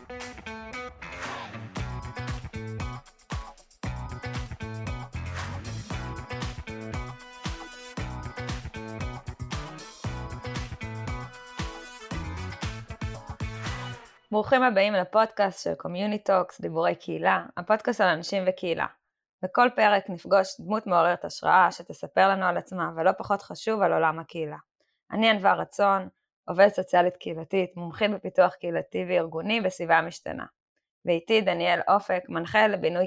ברוכים הבאים לפודקאסט של קומיוניטוקס, דיבורי קהילה, הפודקאסט על אנשים וקהילה. בכל פרק נפגוש דמות מעוררת השראה שתספר לנו על עצמה, ולא פחות חשוב על עולם הקהילה. אני ענווה רצון, עובדת סוציאלית קהילתית, מומחית בפיתוח קהילתי וארגוני בסביבה משתנה. ואיתי דניאל אופק, מנחה לבינוי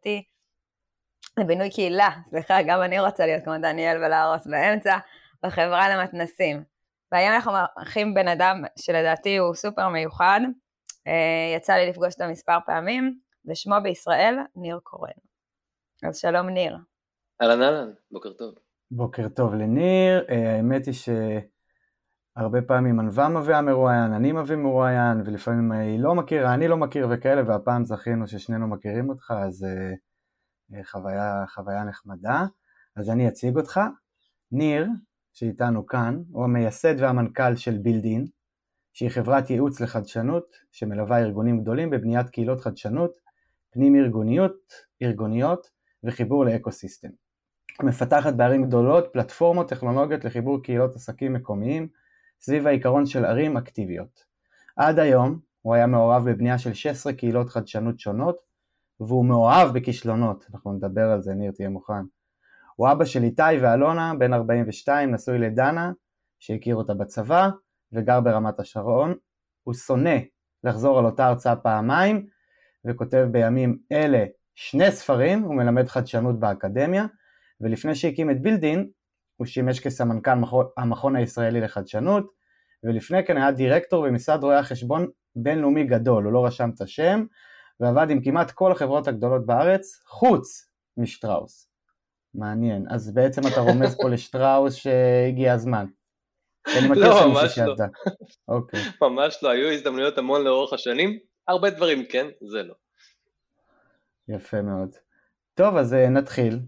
קהילה, גם אני רוצה להיות כמו דניאל ולהרוס באמצע, בחברה למתנסים. והיום אנחנו מארחים בן אדם שלדעתי הוא סופר מיוחד, יצא לי לפגוש אותו מספר פעמים, ושמו בישראל ניר קורן. אז שלום ניר. אהלן, בוקר טוב. בוקר טוב לניר, האמת היא שהרבה פעמים ענווה מביא מרואיין, אני מביא מרואיין, ולפעמים היא לא מכירה, אני לא מכיר וכאלה, והפעם זכינו ששנינו מכירים אותך, אז חוויה נחמדה. אז אני אציג אותך. ניר, שאיתנו כאן, הוא המייסד והמנכ"ל של בילדין, שהיא חברת ייעוץ לחדשנות, שמלווה ארגונים גדולים בבניית קהילות חדשנות, פנים ארגוניות וחיבור לאקוסיסטם. מפתחת בערים גדולות פלטפורמות טכנולוגיות לחיבור קהילות עסקים מקומיים, סביב העיקרון של ערים אקטיביות. עד היום הוא היה מעורב בבנייה של 16 קהילות חדשנות שונות, והוא מאוהב בכישלונות, אנחנו נדבר על זה, ניר, תהיה מוכן. הוא אבא של איתי ואלונה, בן 42, נשוי לדנה, שהכיר אותה בצבא, וגר ברמת השרון. הוא שונא לחזור על אותה הרצאה פעמיים, וכותב בימים אלה 2 ספרים, הוא מלמד חדשנות באקדמיה, ולפני שהקים את בילדין, הוא שימש כסמנכ"ל המכון הישראלי לחדשנות, ולפני כן היה דירקטור במשרד רואי החשבון בינלאומי גדול, הוא לא רשם את השם, ועבד עם כמעט כל החברות הגדולות בארץ, חוץ משטראוס. מעניין, אז בעצם אתה רומז פה לשטראוס שהגיע הזמן. לא, ממש לא. אוקיי. ממש לא, היו הזדמנויות המון לאורך השנים, הרבה דברים כן, זה לא. יפה מאוד. טוב, אז נתחיל,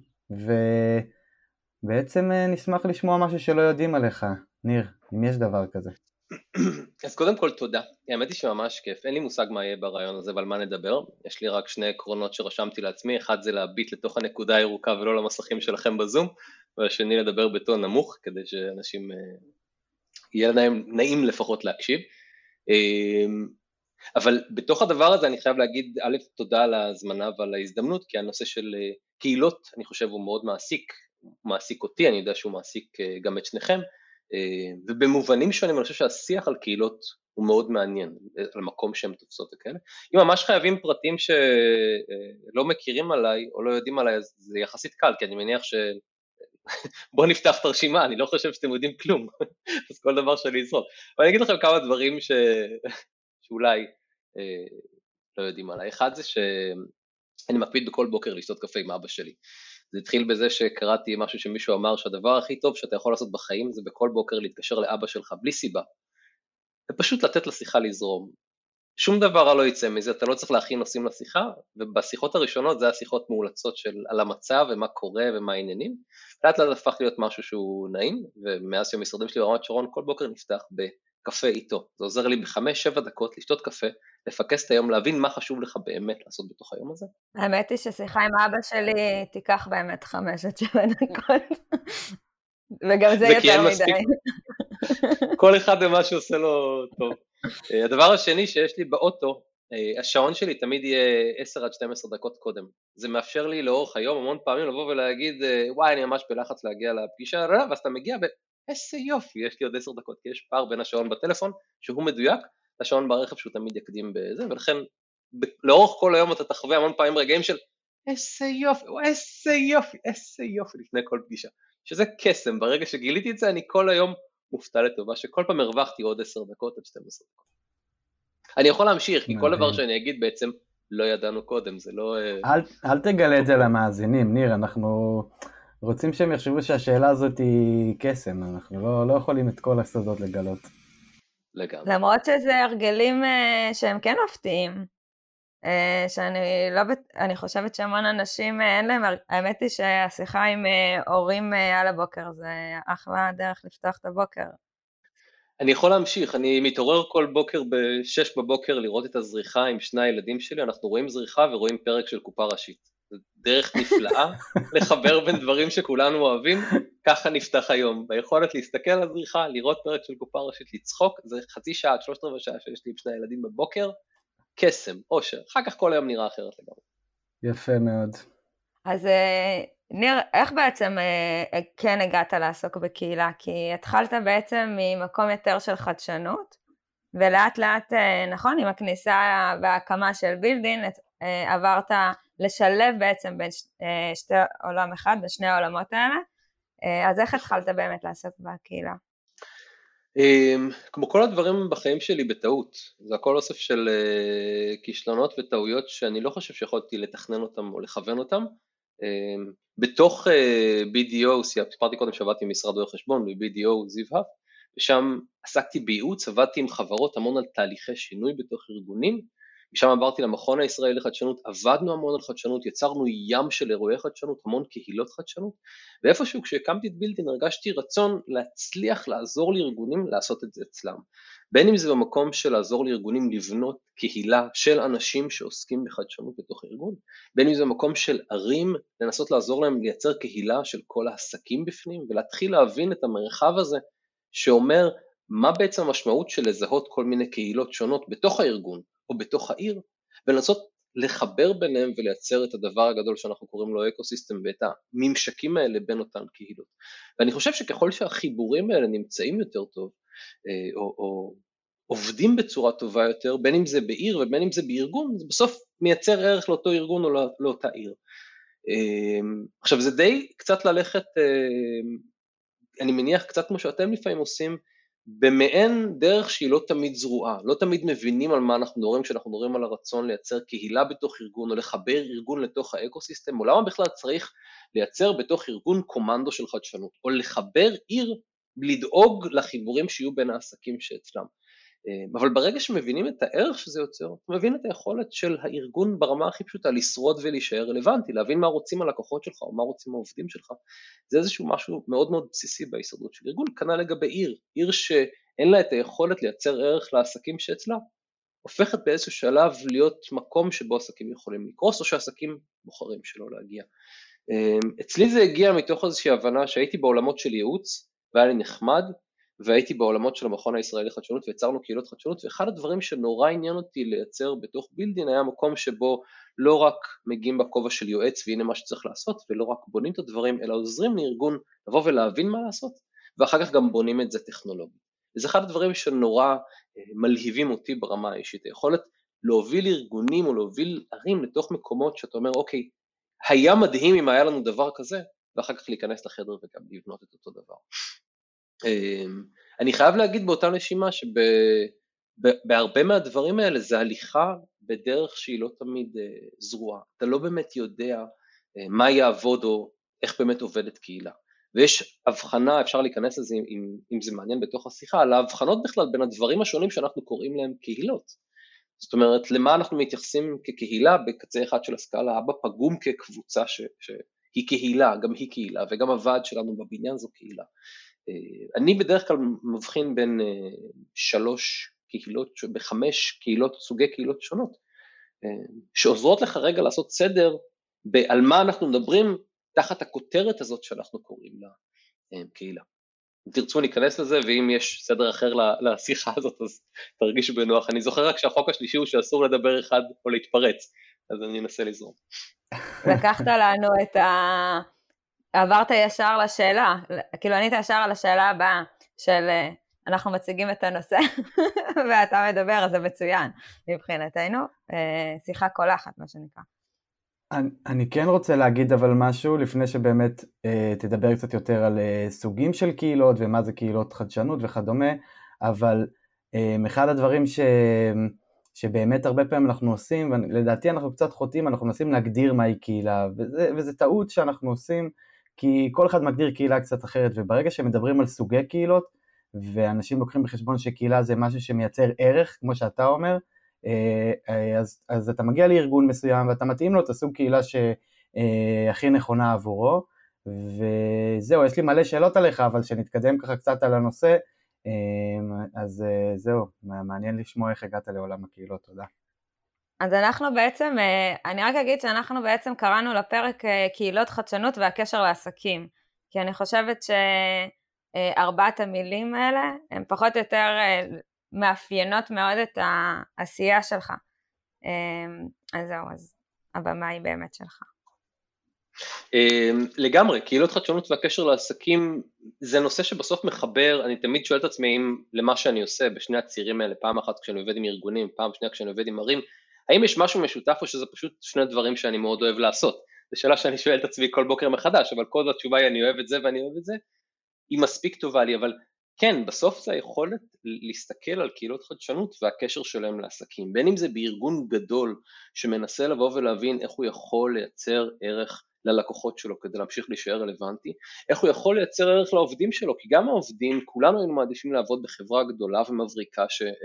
ובעצם נשמח לשמוע משהו שלא יודעים עליך, ניר, אם יש דבר כזה. אז קודם כל תודה, האמת היא שממש כיף, אין לי מושג מה יהיה ברעיון הזה ועל מה נדבר, יש לי רק 2 עקרונות שרשמתי לעצמי, אחד זה להביט לתוך הנקודה הירוקה ולא למסכים שלכם בזום, והשני לדבר בטון נמוך, כדי שאנשים יהיה להם נעים לפחות להקשיב, אבל בתוך הדבר הזה אני חייב להגיד א', תודה על ההזמנה ועל ההזדמנות, כי הנושא של קהילות אני חושב הוא מאוד מעסיק אותי, אני יודע שהוא מעסיק גם את שניכם, ובמובנים שונים אני חושב שהשיח על קהילות הוא מאוד מעניין, על מקום שהן תופסות וכאלה. אם ממש חייבים פרטים שלא מכירים עליי או לא יודעים עליי, אז זה יחסית קל, כי אני מניח בואו נפתח את הרשימה, אני לא חושב שאתם יודעים כלום, אז כל דבר שלי יזרוק. אבל אני אגיד לכם כמה דברים שאולי לא יודעים עליי. אחד זה שאני מקפיד בכל בוקר לשתות קפה עם אבא שלי. זה התחיל בזה שקראתי משהו שמישהו אמר שהדבר הכי טוב שאתה יכול לעשות בחיים זה בכל בוקר להתקשר לאבא שלך בלי סיבה. ופשוט לתת לשיחה לזרום. שום דבר לא יצא מזה, אתה לא צריך להכין נושאים לשיחה, ובשיחות הראשונות זה השיחות מאולצות על המצב ומה קורה ומה העניינים. לאט לאט הפך להיות משהו שהוא נעים, ומאז שהמשרדים שלי ברמת שרון כל בוקר נפתח בקפה איתו. זה עוזר לי ב5-7 דקות לשתות קפה, לפקס את היום, להבין מה חשוב לך באמת לעשות בתוך היום הזה. האמת היא ששיחה עם אבא שלי תיקח באמת 5-7 דקות, וגם זה יותר מדי. כל אחד ומה שעושה לו טוב. הדבר השני שיש לי באוטו, השעון שלי תמיד יהיה 10-12 דקות קודם. זה מאפשר לי לאורך היום המון פעמים לבוא ולהגיד, וואי, אני ממש בלחץ להגיע לפגישה, ואז אתה מגיע איזה יופי, יש לי עוד 10 דקות, כי יש פער בין השעון בטלפון, שהוא מדויק, לשעון ברכב שהוא תמיד יקדים בזה, ולכן לאורך כל היום אתה תחווה המון פעמים רגעים של איזה יופי לפני כל פגישה. שזה קסם, ברגע שגיליתי את זה, אני כל היום מופתע לטובה, שכל פעם הרווחתי עוד 10 דקות עד 12 דקות. אני יכול להמשיך, כי כל דבר שאני אגיד בעצם לא ידענו קודם, זה לא... אל תגלה את זה למאזינים, ניר, אנחנו רוצים שהם יחשבו שהשאלה הזאת היא קסם, אנחנו לא יכולים את כל הסודות לגלות. לגמרי. למרות שזה הרגלים שהם כן מפתיעים. אני חושבת שהמון אנשים אין להם, האמת היא שהשיחה עם הורים על הבוקר זה אחלה דרך לפתוח את הבוקר. אני יכול להמשיך, אני מתעורר כל בוקר ב-6 בבוקר לראות את הזריחה עם שני הילדים שלי, אנחנו רואים זריחה ורואים פרק של קופה ראשית. זו דרך נפלאה לחבר בין דברים שכולנו אוהבים, ככה נפתח היום. ביכולת להסתכל על הזריחה, לראות פרק של קופה ראשית, לצחוק, זה חצי שעה עד 3/4 שעה שיש לי עם שני הילדים בבוקר, קסם, אושר, אחר כך כל היום נראה אחרת לגמרי. יפה מאוד. אז ניר, איך בעצם כן הגעת לעסוק בקהילה? כי התחלת בעצם ממקום יותר של חדשנות, ולאט לאט, נכון, עם הכניסה וההקמה של בילדין, עברת לשלב בעצם בין שתי עולם אחד, בין שני העולמות האלה, אז איך התחלת באמת לעסוק בקהילה? כמו כל הדברים בחיים שלי בטעות, זה הכל אוסף של כישלונות וטעויות שאני לא חושב שיכולתי לתכנן אותם או לכוון אותם. בתוך BDO, סיפרתי קודם שעבדתי עם משרד רואי חשבון, ב-BDO זיו-האב, ושם עסקתי בייעוץ, עבדתי עם חברות המון על תהליכי שינוי בתוך ארגונים, משם עברתי למכון הישראלי לחדשנות, עבדנו המון על חדשנות, יצרנו ים של אירועי חדשנות, המון קהילות חדשנות, ואיפשהו כשהקמתי את בילדין הרגשתי רצון להצליח לעזור לארגונים לעשות את זה אצלם. בין אם זה במקום של לעזור לארגונים לבנות קהילה של אנשים שעוסקים בחדשנות בתוך הארגון, בין אם זה במקום של ערים לנסות לעזור להם לייצר קהילה של כל העסקים בפנים, ולהתחיל להבין את המרחב הזה שאומר מה בעצם המשמעות של לזהות כל מיני קהילות שונות בתוך הארגון או בתוך העיר, ולנסות לחבר ביניהם ולייצר את הדבר הגדול שאנחנו קוראים לו אקוסיסטם ואת הממשקים האלה בין אותן קהילות. ואני חושב שככל שהחיבורים האלה נמצאים יותר טוב, או עובדים בצורה טובה יותר, בין אם זה בעיר ובין אם זה בארגון, זה בסוף מייצר ערך לאותו ארגון או לאותה עיר. עכשיו זה די קצת ללכת, אני מניח קצת כמו שאתם לפעמים עושים, במעין דרך שהיא לא תמיד זרועה, לא תמיד מבינים על מה אנחנו מדברים כשאנחנו מדברים על הרצון לייצר קהילה בתוך ארגון או לחבר ארגון לתוך האקוסיסטם, או למה בכלל צריך לייצר בתוך ארגון קומנדו של חדשנות, או לחבר עיר, לדאוג לחיבורים שיהיו בין העסקים שאצלם. אבל ברגע שמבינים את הערך שזה יוצר, אתה מבין את היכולת של הארגון ברמה הכי פשוטה לשרוד ולהישאר רלוונטי, להבין מה רוצים הלקוחות שלך או מה רוצים העובדים שלך, זה איזשהו משהו מאוד מאוד בסיסי בהישרדות של ארגון, כנ"ל לגבי עיר שאין לה את היכולת לייצר ערך לעסקים שאצלה, הופכת באיזשהו שלב להיות מקום שבו עסקים יכולים לקרוס או שעסקים בוחרים שלא להגיע. אצלי זה הגיע מתוך איזושהי הבנה שהייתי בעולמות של ייעוץ והיה לי נחמד, והייתי בעולמות של המכון הישראלי לחדשנות ויצרנו קהילות חדשנות, ואחד הדברים שנורא עניין אותי לייצר בתוך בילדין היה מקום שבו לא רק מגיעים בכובע של יועץ והנה מה שצריך לעשות, ולא רק בונים את הדברים, אלא עוזרים לארגון לבוא ולהבין מה לעשות, ואחר כך גם בונים את זה טכנולוגית. וזה אחד הדברים שנורא מלהיבים אותי ברמה האישית, היכולת להוביל ארגונים או להוביל ערים לתוך מקומות שאתה אומר, אוקיי, היה מדהים אם היה לנו דבר כזה, ואחר כך להיכנס לחדר וגם לבנות את אותו דבר. אני חייב להגיד באותה נשימה שבהרבה מהדברים האלה זה הליכה בדרך שהיא לא תמיד זרועה. אתה לא באמת יודע מה יעבוד או איך באמת עובדת קהילה. ויש הבחנה, אפשר להיכנס לזה אם זה מעניין בתוך השיחה, על ההבחנות בכלל בין הדברים השונים שאנחנו קוראים להם קהילות. זאת אומרת, למה אנחנו מתייחסים כקהילה בקצה אחד של הסקאלה, אבא פגום כקבוצה שהיא קהילה, גם היא קהילה, וגם הוועד שלנו בבניין זו קהילה. אני בדרך כלל מבחין בין 3 קהילות, ב5 קהילות, סוגי קהילות שונות, שעוזרות לך רגע לעשות סדר על מה אנחנו מדברים תחת הכותרת הזאת שאנחנו קוראים לה קהילה. אם תרצו ניכנס לזה, ואם יש סדר אחר לשיחה הזאת, אז תרגישו בנוח. אני זוכר רק שהחוק השלישי הוא שאסור לדבר אחד או להתפרץ, אז אני אנסה לזרום. לקחת לנו עברת ישר לשאלה, כאילו ענית ישר על השאלה הבאה, של אנחנו מציגים את הנושא, ואתה מדבר, אז זה מצוין, מבחינתנו, שיחה קולחת, מה שנקרא. אני כן רוצה להגיד אבל משהו, לפני שבאמת תדבר קצת יותר על סוגים של קהילות, ומה זה קהילות חדשנות וכדומה, אבל אחד הדברים שבאמת הרבה פעמים אנחנו עושים, ולדעתי אנחנו קצת חוטאים, אנחנו מנסים להגדיר מהי קהילה, וזה טעות שאנחנו עושים, כי כל אחד מגדיר קהילה קצת אחרת, וברגע שמדברים על סוגי קהילות, ואנשים לוקחים בחשבון שקהילה זה משהו שמייצר ערך, כמו שאתה אומר, אז אתה מגיע לארגון מסוים, ואתה מתאים לו את הסוג קהילה שהכי נכונה עבורו, וזהו, יש לי מלא שאלות עליך, אבל שנתקדם ככה קצת על הנושא, אז זהו, מעניין לשמוע איך הגעת לעולם הקהילות, תודה. אז אנחנו בעצם, אני רק אגיד שאנחנו בעצם קראנו לפרק קהילות חדשנות והקשר לעסקים, כי אני חושבת שארבעת המילים האלה הן פחות או יותר מאפיינות מאוד את העשייה שלך. אז זהו, אז הבמה היא באמת שלך. לגמרי, קהילות חדשנות והקשר לעסקים זה נושא שבסוף מחבר, אני תמיד שואל את עצמי אם למה שאני עושה בשני הצירים האלה, פעם אחת כשאני עובד עם ארגונים, פעם שנייה כשאני עובד עם ערים, האם יש משהו משותף או שזה פשוט שני דברים שאני מאוד אוהב לעשות? זו שאלה שאני שואל את עצמי כל בוקר מחדש, אבל כל התשובה היא אני אוהב את זה ואני אוהב את זה, היא מספיק טובה לי, אבל כן, בסוף זה היכולת להסתכל על קהילות חדשנות והקשר שלהם לעסקים, בין אם זה בארגון גדול שמנסה לבוא ולהבין איך הוא יכול לייצר ערך ללקוחות שלו כדי להמשיך להישאר רלוונטי, איך הוא יכול לייצר ערך לעובדים שלו, כי גם העובדים, כולנו היינו מעדיפים לעבוד בחברה גדולה ומבריקה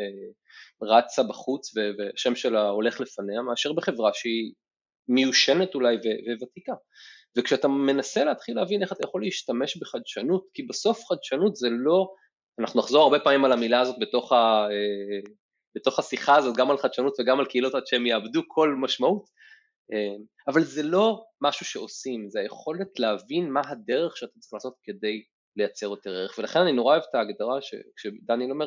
שרצה בחוץ והשם שלה הולך לפניה, מאשר בחברה שהיא מיושנת אולי וותיקה. וכשאתה מנסה להתחיל להבין איך אתה יכול להשתמש בחדשנות, כי בסוף חדשנות זה לא, אנחנו נחזור הרבה פעמים על המילה הזאת בתוך השיחה הזאת, גם על חדשנות וגם על קהילות עד שהם יאבדו כל משמעות, אבל זה לא משהו שעושים, זה היכולת להבין מה הדרך שאתה צריך לעשות כדי לייצר יותר ערך, ולכן אני נורא אוהב את ההגדרה כשדניאל אומר,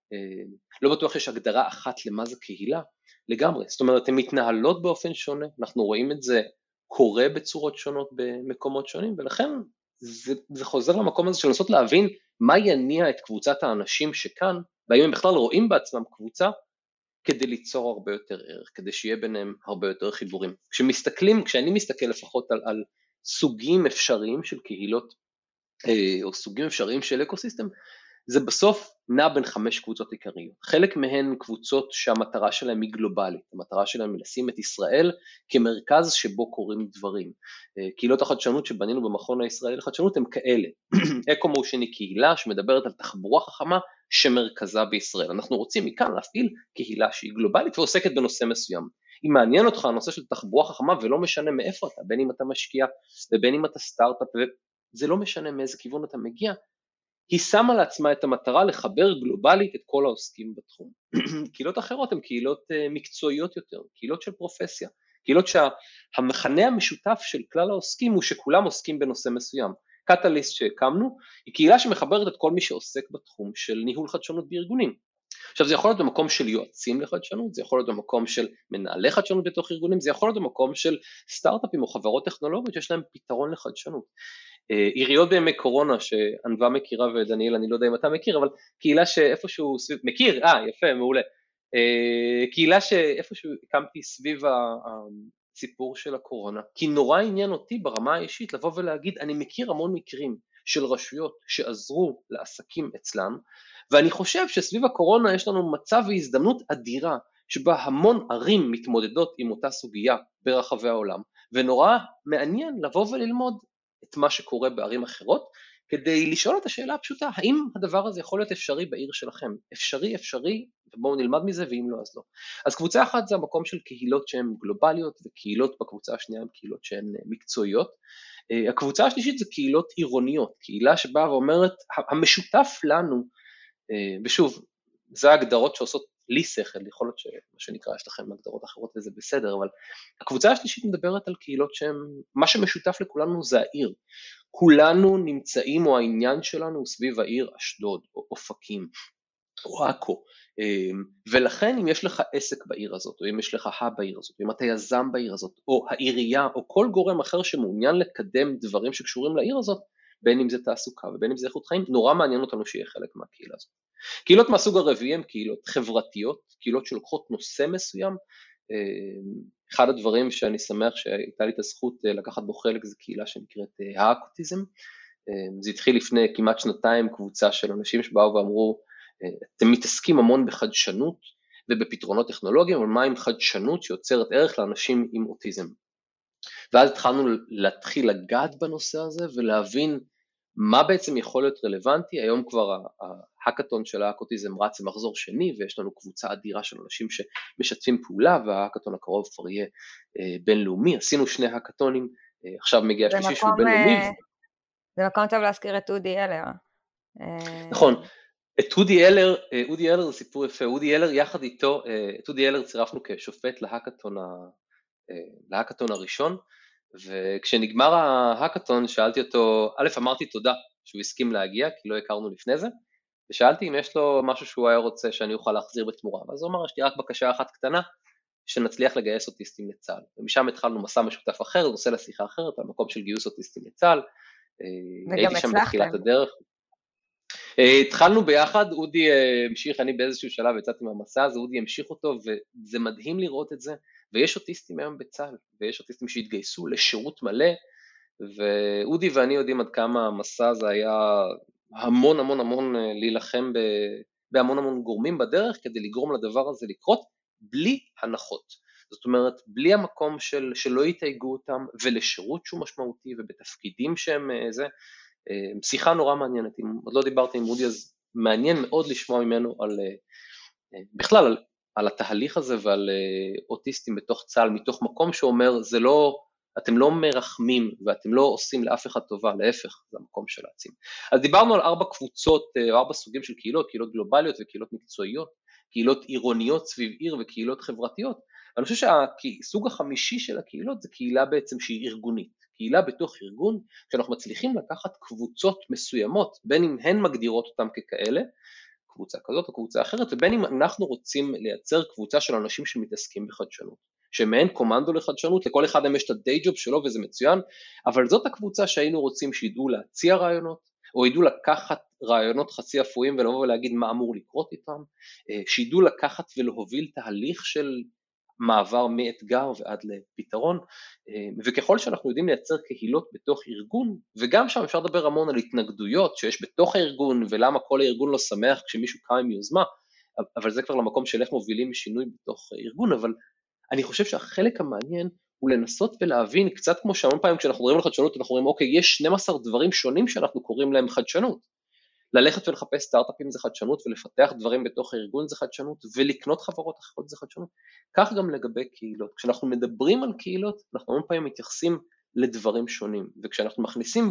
לא בטוח שיש הגדרה אחת למה זה קהילה, לגמרי, זאת אומרת, הן מתנהלות באופן שונה, אנחנו רואים את זה קורה בצורות שונות במקומות שונים, ולכן זה חוזר למקום הזה של לנסות להבין מה יניע את קבוצת האנשים שכאן, והאם הם בכלל רואים בעצמם קבוצה, כדי ליצור הרבה יותר ערך, כדי שיהיה ביניהם הרבה יותר חיבורים. כשאני מסתכל לפחות על סוגים אפשריים של קהילות, או סוגים אפשריים של אקוסיסטם, זה בסוף נע בין 5 קבוצות עיקריות. חלק מהן קבוצות שהמטרה שלהן היא גלובלית, המטרה שלהן היא לשים את ישראל כמרכז שבו קורים דברים. קהילות החדשנות שבנינו במכון הישראלי לחדשנות הן כאלה. אקו-מושן היא קהילה שמדברת על תחבורה חכמה שמרכזה בישראל. אנחנו רוצים מכאן להפעיל קהילה שהיא גלובלית ועוסקת בנושא מסוים. אם מעניין אותך הנושא של תחבורה חכמה ולא משנה מאיפה אתה, בין אם אתה משקיע ובין אם אתה סטארט-אפ, זה לא משנה מאיזה כיוון אתה מגיע, היא שמה לעצמה את המטרה לחבר גלובלית את כל העוסקים בתחום. קהילות אחרות הן קהילות מקצועיות יותר, קהילות של פרופסיה, קהילות שהמכנה המשותף של כלל העוסקים הוא שכולם עוסקים בנושא מסוים. קטליסט שהקמנו היא קהילה שמחברת את כל מי שעוסק בתחום של ניהול חדשנות בארגונים. עכשיו זה יכול להיות במקום של יועצים לחדשנות, זה יכול להיות במקום של מנהלי חדשנות בתוך ארגונים, זה יכול להיות במקום של סטארט-אפים או חברות טכנולוגיות שיש להם פתרון לחדשנות. עיריות בימי קורונה שענווה מכירה ודניאל אני לא יודע אם אתה מכיר, אבל קהילה שאיפשהו סביב, מכיר? יפה, מעולה. קהילה שאיפשהו הקמתי סביב הסיפור של הקורונה, כי נורא עניין אותי ברמה האישית לבוא ולהגיד, אני מכיר המון מקרים של רשויות שעזרו לעסקים אצלם, ואני חושב שסביב הקורונה יש לנו מצב והזדמנות אדירה, שבה המון ערים מתמודדות עם אותה סוגיה ברחבי העולם, ונורא מעניין לבוא וללמוד את מה שקורה בערים אחרות, כדי לשאול את השאלה הפשוטה, האם הדבר הזה יכול להיות אפשרי בעיר שלכם? אפשרי, ובואו נלמד מזה, ואם לא אז לא. אז קבוצה אחת זה המקום של קהילות שהן גלובליות, וקהילות בקבוצה השנייה הן קהילות שהן מקצועיות. הקבוצה השלישית זה קהילות עירוניות, קהילה שבאה ואומרת, המשותף לנו, ושוב, זה ההגדרות שעושות לי שכל, יכול להיות שמה שנקרא יש לכם הגדרות אחרות וזה בסדר, אבל הקבוצה השלישית מדברת על קהילות שהן, מה שמשותף לכולנו זה העיר, כולנו נמצאים או העניין שלנו סביב העיר אשדוד או אופקים או עכו, ולכן אם יש לך עסק בעיר הזאת, או אם יש לך בעיר הזאת, אם אתה יזם בעיר הזאת, או העירייה, או כל גורם אחר שמעוניין לקדם דברים שקשורים לעיר הזאת, בין אם זה תעסוקה ובין אם זה איכות חיים, נורא מעניין אותנו שיהיה חלק מהקהילה הזאת. קהילות מהסוג הרביעי הן קהילות חברתיות, קהילות שלוקחות נושא מסוים, אחד הדברים שאני שמח שהייתה לי את הזכות לקחת בו חלק זה קהילה שנקראת האקוטיזם, זה התחיל לפני כמעט שנתיים קבוצה של אנשים שבאו ואמרו, אתם מתעסקים המון בחדשנות ובפתרונות טכנולוגיים, אבל מה עם חדשנות שיוצרת ערך לאנשים עם אוטיזם? ואז התחלנו להתחיל לגעת בנושא הזה ולהבין מה בעצם יכול להיות רלוונטי. היום כבר ההקאטון של האקוטיזם רץ למחזור שני, ויש לנו קבוצה אדירה של אנשים שמשתפים פעולה, וההקאטון הקרוב כבר יהיה בינלאומי. עשינו 2 הקאטונים, עכשיו מגיע השלישי שהוא בינלאומי. זה מקום טוב להזכיר את אודי אלר. נכון, את אודי אלר זה סיפור יפה, אודי אלר יחד איתו, את אודי אלר צירפנו כשופט להקאטון הראשון, וכשנגמר ההקאטון שאלתי אותו, א' אמרתי תודה שהוא הסכים להגיע, כי לא הכרנו לפני זה, ושאלתי אם יש לו משהו שהוא היה רוצה שאני אוכל להחזיר בתמורה, ואז הוא אמר, יש לי רק בקשה אחת קטנה, שנצליח לגייס אוטיסטים לצה"ל, ומשם התחלנו מסע משותף אחר, נושא לשיחה אחרת, על מקום של גיוס אוטיסטים לצה"ל, הייתי שם בתחילת הדרך, התחלנו ביחד, אודי המשיך, אני באיזשהו שלב יצאתי מהמסע הזה, אודי המשיך אותו, וזה מדהים לראות את זה, ויש אוטיסטים היום בצה"ל, ויש אוטיסטים שהתגייסו לשירות מלא, ואודי ואני יודעים עד כמה המסע הזה היה המון המון המון להילחם בהמון המון גורמים בדרך, כדי לגרום לדבר הזה לקרות, בלי הנחות. זאת אומרת, בלי המקום שלא יתייגו אותם, ולשירות שהוא משמעותי, ובתפקידים שהם זה, שיחה נורא מעניינת, עוד לא דיברתי עם אודי, אז מעניין מאוד לשמוע ממנו בכלל על התהליך הזה ועל אוטיסטים בתוך צה"ל, מתוך מקום שאומר, אתם לא מרחמים ואתם לא עושים לאף אחד טובה, להפך, זה המקום של העצים. אז דיברנו על 4 קבוצות, 4 סוגים של קהילות, קהילות גלובליות וקהילות מקצועיות, קהילות עירוניות סביב עיר וקהילות חברתיות, ואני חושב שהסוג החמישי של הקהילות זה קהילה בעצם שהיא ארגונית, קהילה בתוך ארגון, שאנחנו מצליחים לקחת קבוצות מסוימות, בין אם הן מגדירות אותם ככאלה, קבוצה כזאת או קבוצה אחרת, ובין אם אנחנו רוצים לייצר קבוצה של אנשים שמתעסקים בחדשנות, שמעין קומנדו לחדשנות, לכל אחד יש את הדיי ג'וב שלו וזה מצוין, אבל זאת הקבוצה שהיינו רוצים שידעו להציע רעיונות, או ידעו לקחת רעיונות חצי אפויים ולבוא ולהגיד מה אמור לקרות איתם, שידעו לקחת ולהוביל תהליך של מעבר מאתגר ועד לפתרון, וככל שאנחנו יודעים לייצר קהילות בתוך ארגון, וגם שם אפשר לדבר המון על התנגדויות שיש בתוך הארגון, ולמה כל הארגון לא שמח כשמישהו קם עם יוזמה, אבל זה כבר למקום של איך מובילים שינוי בתוך ארגון, אבל אני חושב שהחלק המעניין הוא לנסות ולהבין, קצת כמו שהמון פעמים כשאנחנו מדברים על חדשנות, אנחנו אומרים, אוקיי, יש 12 דברים שונים שאנחנו קוראים להם חדשנות, ללכת ולחפש סטארט-אפים זה חדשנות, ולפתח דברים בתוך הארגון זה חדשנות, ולקנות חברות אחרות זה חדשנות. כך גם לגבי קהילות. כשאנחנו מדברים על קהילות, אנחנו המון פעמים מתייחסים לדברים שונים, וכשאנחנו מכניסים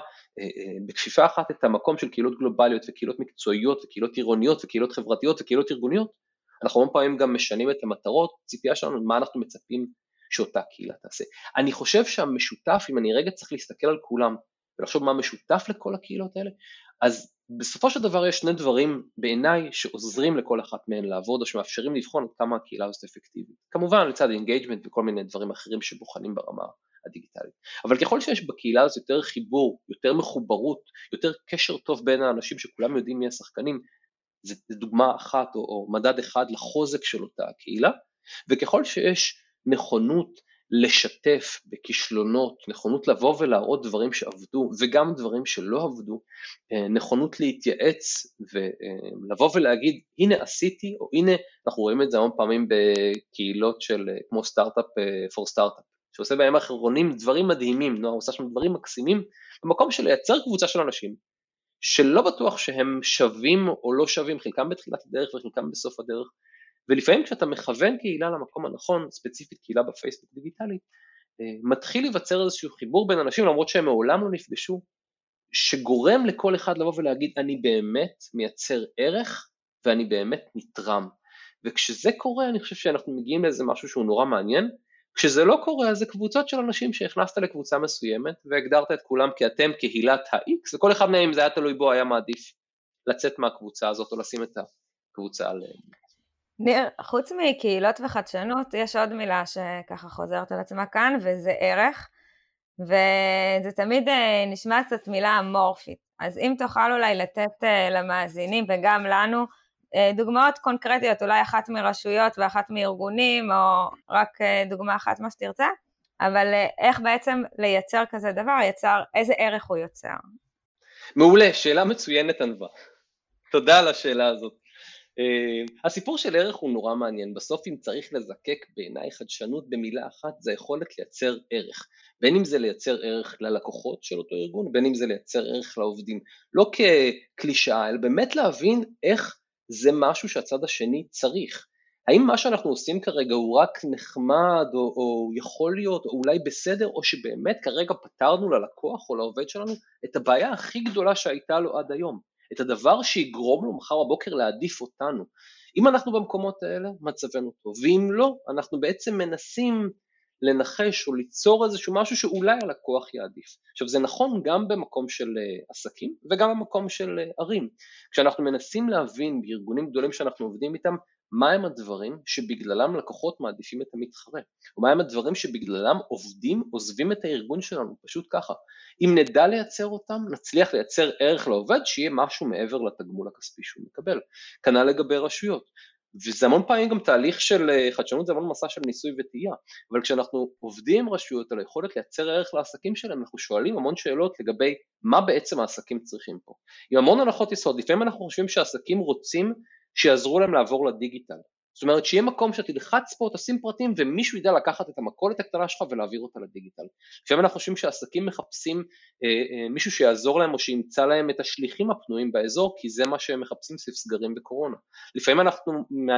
בכפיפה אחת את המקום של קהילות גלובליות, וקהילות מקצועיות, וקהילות עירוניות, וקהילות חברתיות, וקהילות ארגוניות, אנחנו המון פעמים גם משנים את המטרות, ציפייה שלנו, מה אנחנו מצפים שאותה קהילה תעשה. אני חושב שהמשותף, אם אני רגע צריך להסתכל על כולם, ולחשוב מה משותף לכל הקהילות האלה, אז בסופו של דבר יש 2 דברים בעיניי שעוזרים לכל אחת מהן לעבוד, או שמאפשרים לבחון עד כמה הקהילה הזאת אפקטיבית. כמובן לצד אינגייג'מנט וכל מיני דברים אחרים שבוחנים ברמה הדיגיטלית. אבל ככל שיש בקהילה הזאת יותר חיבור, יותר מחוברות, יותר קשר טוב בין האנשים שכולם יודעים מי השחקנים, זה דוגמה אחת או מדד אחד לחוזק של אותה הקהילה, וככל שיש נכונות לשתף בכישלונות, נכונות לבוא ולהראות דברים שעבדו וגם דברים שלא עבדו, נכונות להתייעץ ולבוא ולהגיד הנה עשיתי, או הנה אנחנו רואים את זה המון פעמים בקהילות של כמו סטארט-אפ פור סטארט-אפ, שעושה בהם אחרונים דברים מדהימים, נועה עושה שם דברים מקסימים, במקום של לייצר קבוצה של אנשים, שלא בטוח שהם שווים או לא שווים, חלקם בתחילת הדרך וחלקם בסוף הדרך, ולפעמים כשאתה מכוון קהילה למקום הנכון, ספציפית קהילה בפייסבוק דיגיטלי, מתחיל להיווצר איזשהו חיבור בין אנשים, למרות שהם מעולם לא נפגשו, שגורם לכל אחד לבוא ולהגיד, אני באמת מייצר ערך, ואני באמת נתרם. וכשזה קורה, אני חושב שאנחנו מגיעים לאיזה משהו שהוא נורא מעניין, כשזה לא קורה, אז זה קבוצות של אנשים שהכנסת לקבוצה מסוימת, והגדרת את כולם כי אתם קהילת ה-X, וכל אחד מהם, אם זה היה תלוי בו, היה מעדיף לצאת מהקבוצה הזאת, או לשים את הקבוצה עליהם. ניר, חוץ מקהילות וחדשנות, יש עוד מילה שככה חוזרת על עצמה כאן, וזה ערך, וזה תמיד נשמע קצת מילה אמורפית. אז אם תוכל אולי לתת למאזינים וגם לנו, דוגמאות קונקרטיות, אולי אחת מרשויות ואחת מארגונים, או רק דוגמה אחת מה שתרצה, אבל איך בעצם לייצר כזה דבר, איזה ערך הוא יוצר? מעולה, שאלה מצוינת ענווה. תודה על השאלה הזאת. הסיפור של ערך הוא נורא מעניין, בסוף אם צריך לזקק בעיניי חדשנות במילה אחת, זה יכולת לייצר ערך, בין אם זה לייצר ערך ללקוחות של אותו ארגון, בין אם זה לייצר ערך לעובדים, לא כקלישאה, אלא באמת להבין איך זה משהו שהצד השני צריך, האם מה שאנחנו עושים כרגע הוא רק נחמד, או יכול להיות, או אולי בסדר, או שבאמת כרגע פתרנו ללקוח או לעובד שלנו את הבעיה הכי גדולה שהייתה לו עד היום, את הדבר שיגרום לו מחר בבוקר להעדיף אותנו. אם אנחנו במקומות האלה, מצבנו טוב, ואם לא, אנחנו בעצם מנסים לנחש או ליצור איזשהו משהו שאולי הלקוח יעדיף. עכשיו זה נכון גם במקום של עסקים וגם במקום של ערים. כשאנחנו מנסים להבין בארגונים גדולים שאנחנו עובדים איתם, מהם הדברים שבגללם לקוחות מעדיפים את המתחרה, או מהם הדברים שבגללם עובדים עוזבים את הארגון שלנו, פשוט ככה. אם נדע לייצר אותם, נצליח לייצר ערך לעובד שיהיה משהו מעבר לתגמול הכספי שהוא מקבל. כנ"ל לגבי רשויות. וזה המון פעמים גם תהליך של חדשנות, זה המון מסע של ניסוי וטעייה, אבל כשאנחנו עובדים עם רשויות על היכולת לייצר ערך לעסקים שלהם, אנחנו שואלים המון שאלות לגבי מה בעצם העסקים צריכים פה. עם המון הנחות יסוד, לפעמים אנחנו חושבים שהעסקים רוצים שיעזרו להם לעבור לדיגיטל, זאת אומרת שיהיה מקום שתלחץ פה, תשים פרטים ומישהו ידע לקחת את המכולת הקטנה שלך ולהעביר אותה לדיגיטל. לפעמים אנחנו חושבים שהעסקים מחפשים מישהו שיעזור להם או שימצא להם את השליחים הפנויים באזור, כי זה מה שהם מחפשים סביב סגרים בקורונה. לפעמים אנחנו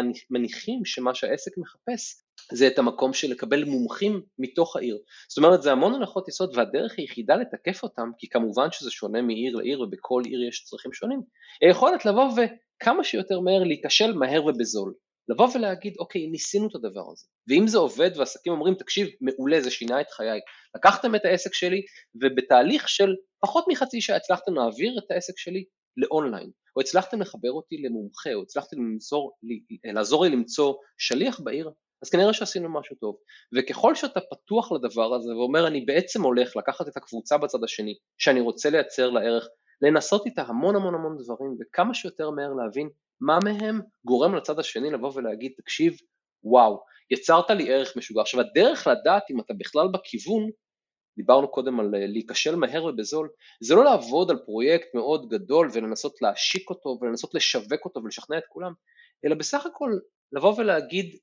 מניחים שמה שהעסק מחפש זה את המקום של לקבל מומחים מתוך העיר. זאת אומרת זה המון הנחות יסוד, והדרך היחידה לתקף אותם, כי כמובן שזה שונה מעיר לעיר ובכל עיר יש צרכים שונים, היכולת לבוא וכמה שיותר מהר להיכשל מהר ובזול. לבוא ולהגיד, אוקיי, ניסינו את הדבר הזה, ואם זה עובד והעסקים אומרים, תקשיב, מעולה, זה שינה את חיי, לקחתם את העסק שלי, ובתהליך של פחות מחצי שעה הצלחתם להעביר את העסק שלי לאונליין, או הצלחתם לחבר אותי למומחה, או הצלחתם לעזור לי למצוא שליח בעיר, אז כנראה שעשינו משהו טוב. וככל שאתה פתוח לדבר הזה, ואומר, אני בעצם הולך לקחת את הקבוצה בצד השני, שאני רוצה לייצר לערך, לנסות איתה המון המון המון דברים, וכמה שיותר מהר להבין מה מהם גורם לצד השני לבוא ולהגיד, תקשיב, וואו, יצרת לי ערך משוגע. עכשיו, הדרך לדעת אם אתה בכלל בכיוון, דיברנו קודם על להיכשל מהר ובזול, זה לא לעבוד על פרויקט מאוד גדול ולנסות להשיק אותו ולנסות לשווק אותו ולשכנע את כולם, אלא בסך הכל לבוא ולהגיד,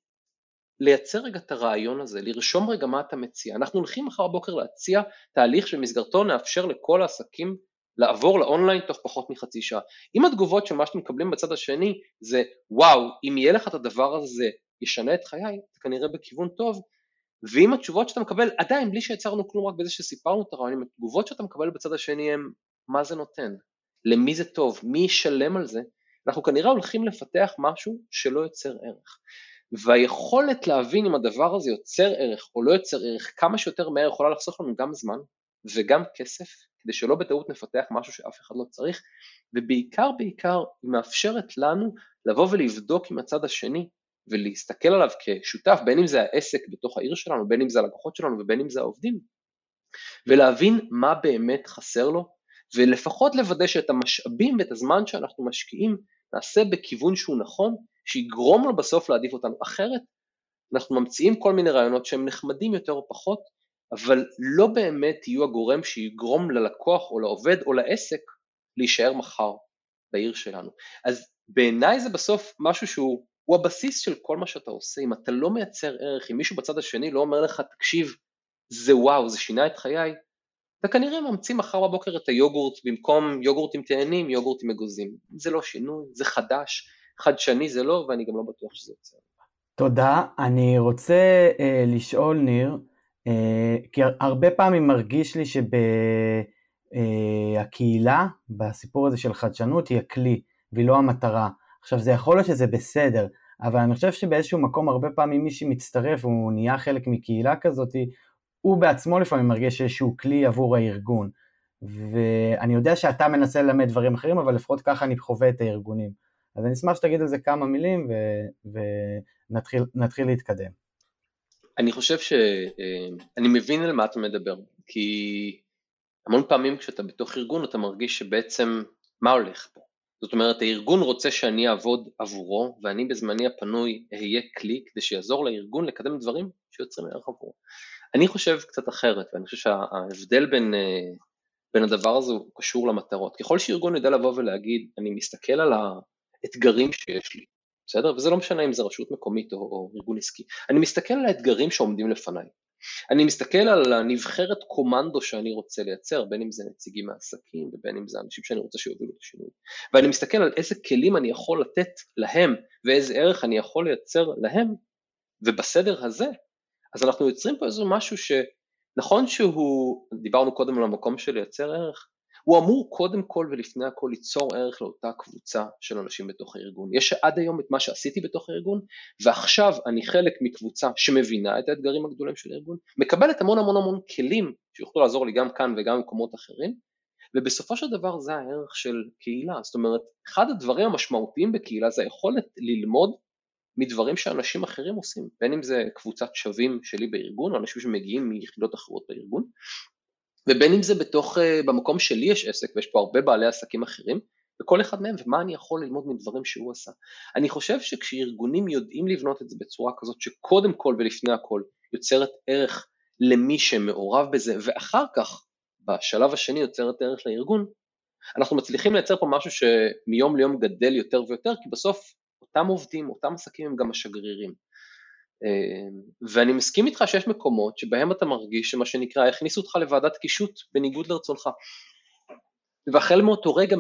לייצר רגע את הרעיון הזה, לרשום רגע מה אתה מציע. אנחנו הולכים מחר בבוקר להציע תהליך שבמסגרתו נאפשר לכל העסקים לעבור לאונליין תוך פחות מחצי שעה. אם התגובות של מה שאתם מקבלים בצד השני זה, וואו, אם יהיה לך את הדבר הזה, ישנה את חיי, זה כנראה בכיוון טוב, ואם התשובות שאתה מקבל, עדיין בלי שיצרנו כלום, רק בזה שסיפרנו את הרעיונים, התגובות שאתה מקבל בצד השני הם, מה זה נותן? למי זה טוב? מי ישלם על זה? אנחנו כנראה הולכים לפתח משהו שלא יוצר ערך. והיכולת להבין אם הדבר הזה יוצר ערך או לא יוצר ערך, כמה שיותר מהר יכולה לחסוך לנו גם זמן וגם כסף, כדי שלא בטעות נפתח משהו שאף אחד לא צריך, ובעיקר היא מאפשרת לנו לבוא ולבדוק עם הצד השני, ולהסתכל עליו כשותף, בין אם זה העסק בתוך העיר שלנו, בין אם זה הלקוחות שלנו ובין אם זה העובדים, ולהבין מה באמת חסר לו, ולפחות לוודא שאת המשאבים ואת הזמן שאנחנו משקיעים, נעשה בכיוון שהוא נכון, שיגרום לו בסוף להעדיף אותנו. אחרת, אנחנו ממציאים כל מיני רעיונות שהם נחמדים יותר או פחות, אבל לא באמת יהיו הגורם שיגרום ללקוח או לעובד או לעסק להישאר מחר בעיר שלנו. אז בעיניי זה בסוף משהו שהוא הבסיס של כל מה שאתה עושה. אם אתה לא מייצר ערך, אם מישהו בצד השני לא אומר לך, תקשיב, זה וואו, זה שינה את חיי, אתה כנראה ממציא מחר בבוקר את היוגורט, במקום יוגורט עם תאנים, יוגורט עם אגוזים. זה לא שינוי, זה חדש, חדשני זה לא, ואני גם לא בטוח שזה יוצא. תודה. אני רוצה לשאול, ניר, כי הרבה פעמים מרגיש לי שהקהילה, בסיפור הזה של חדשנות, היא הכלי, והיא לא המטרה. עכשיו, זה יכול להיות שזה בסדר, אבל אני חושב שבאיזשהו מקום, הרבה פעמים מי שמצטרף, הוא נהיה חלק מקהילה כזאת, הוא בעצמו לפעמים מרגיש שאיזשהו כלי עבור הארגון, ואני יודע שאתה מנסה ללמד דברים אחרים, אבל לפחות ככה אני חווה את הארגונים. אז אני אשמח שתגיד על זה כמה מילים, ונתחיל להתקדם. אני חושב שאני מבין על מה אתה מדבר, כי המון פעמים כשאתה בתוך ארגון, אתה מרגיש שבעצם מה הולך פה? זאת אומרת, הארגון רוצה שאני אעבוד עבורו, ואני בזמני הפנוי אהיה כלי, כדי שיעזור לארגון לקדם דברים שיוצרים ערך עבורו. אני חושב קצת אחרת, ואני חושב שההבדל בין הדבר הזה הוא קשור למטרות. ככל שארגון יודע לבוא ולהגיד, אני מסתכל על האתגרים שיש לי, בסדר? וזה לא משנה אם זה רשות מקומית או ארגון עסקי. אני מסתכל על האתגרים שעומדים לפניי. אני מסתכל על הנבחרת קומנדו שאני רוצה לייצר, בין אם זה נציגים מהעסקים, ובין אם זה אנשים שאני רוצה שיובילו את השינוי. ואני מסתכל על איזה כלים אני יכול לתת להם, ואיזה ערך אני יכול לייצר להם, ובסדר הזה, אז אנחנו יוצרים פה איזה משהו שנכון שהוא, דיברנו קודם על המקום של לייצר ערך, הוא אמור קודם כל ולפני הכל ליצור ערך לאותה קבוצה של אנשים בתוך הארגון. יש עד היום את מה שעשיתי בתוך הארגון, ועכשיו אני חלק מקבוצה שמבינה את האתגרים הגדולים של הארגון, מקבלת המון המון המון כלים שיוכלו לעזור לי גם כאן וגם במקומות אחרים, ובסופו של דבר זה הערך של קהילה. זאת אומרת, אחד הדברים המשמעותיים בקהילה זה היכולת ללמוד מדברים שאנשים אחרים עושים, בין אם זה קבוצת שווים שלי בארגון, או אנשים שמגיעים מיחידות אחרות בארגון, ובין אם זה במקום שלי יש עסק, ויש פה הרבה בעלי עסקים אחרים, וכל אחד מהם, ומה אני יכול ללמוד מדברים שהוא עשה. אני חושב שכשארגונים יודעים לבנות את זה בצורה כזאת, שקודם כל ולפני הכל יוצרת ערך למי שמעורב בזה, ואחר כך, בשלב השני יוצרת ערך לארגון, אנחנו מצליחים לייצר פה משהו שמיום ליום גדל יותר ויותר, כי בסוף אותם עובדים, אותם עסקים הם גם השגרירים. ואני מסכים איתך שיש מקומות שבהם אתה מרגיש שמה שנקרא, הכניסו אותך לוועדת קישוט בניגוד לרצונך. והחל מאותו רגע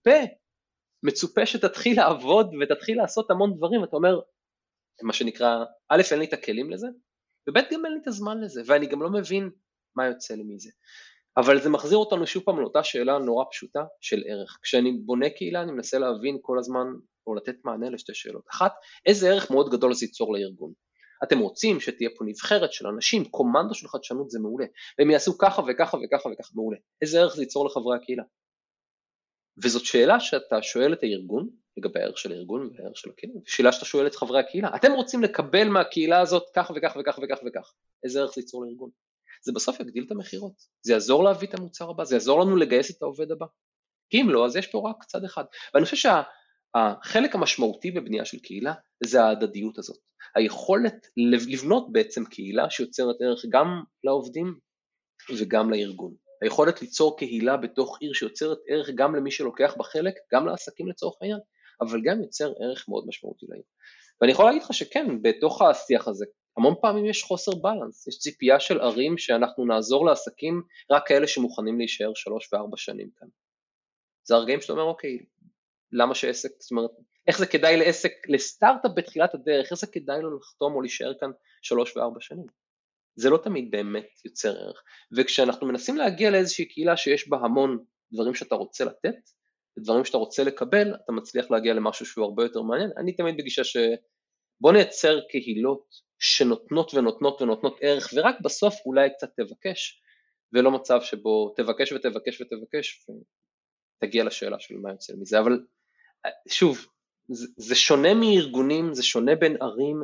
מצופה שתתחיל לעבוד ותתחיל לעשות המון דברים, אתה אומר, מה שנקרא, א', אין לי את הכלים לזה, וב', גם אין לי את הזמן לזה, ואני גם לא מבין מה יוצא לי מזה. אבל זה מחזיר אותנו שוב פעם לאותה שאלה נורא פשוטה של ערך. כשאני בונה קהילה, אני מנסה להבין כל הזמן, או לתת מענה לשתי שאלות. אחת, איזה ערך מאוד גדול זה ייצור לארגון? אתם רוצים שתהיה פה נבחרת של אנשים, קומנדו של חדשנות זה מעולה, והם יעשו ככה וככה וככה וככה מעולה. איזה ערך זה ייצור לחברי הקהילה? וזאת שאלה שאתה שואל את הארגון, לגבי הערך של הארגון והערך של הקהילה, ושאלה שאתה שואל את חברי הקהילה, אתם רוצים לקבל מהקהילה הזאת כך וכך וכך וכך וכך, איזה ערך זה ייצור לארגון? זה בסוף יגדיל את המחירות, זה יעזור להביא את המוצר הבא, זה יעזור לנו לגייס את העובד הבא, כי אם לא, אז יש פה רק צד אחד, ואני חושב שהחלק המשמעותי בבנייה של קהילה, זה ההדדיות הזאת, היכולת לבנות בעצם קהילה שיוצרת ערך גם לעובדים וגם לארגון, היכולת ליצור קהילה בתוך עיר שיוצרת ערך גם למי שלוקח בחלק, גם לעסקים לצורך העניין, אבל גם יוצר ערך מאוד משמעותי לעיר. ואני יכול להגיד לך שכן, בתוך השיח הזה, המון פעמים יש חוסר בלנס, יש ציפייה של ערים שאנחנו נעזור לעסקים, רק כאלה שמוכנים להישאר 3 ו4 שנים כאן. זה הרגעים שאתה אומר, אוקיי, למה שעסק, זאת אומרת, איך זה כדאי לעסק, לסטארט-אפ בתחילת הדרך, איך זה כדאי לו לחתום או להישאר כאן 3 ו4 שנים. זה לא תמיד באמת יוצר ערך, וכשאנחנו מנסים להגיע לאיזושהי קהילה שיש בה המון דברים שאתה רוצה לתת, ודברים שאתה רוצה לקבל, אתה מצליח להגיע למשהו שהוא הרבה יותר מעניין. אני תמיד בגישה שבוא נייצר קהילות שנותנות ונותנות ונותנות ערך, ורק בסוף אולי קצת תבקש, ולא מצב שבו תבקש ותבקש ותבקש, ותגיע לשאלה של מה יוצא מזה. אבל שוב, זה שונה מארגונים, זה שונה בין ערים,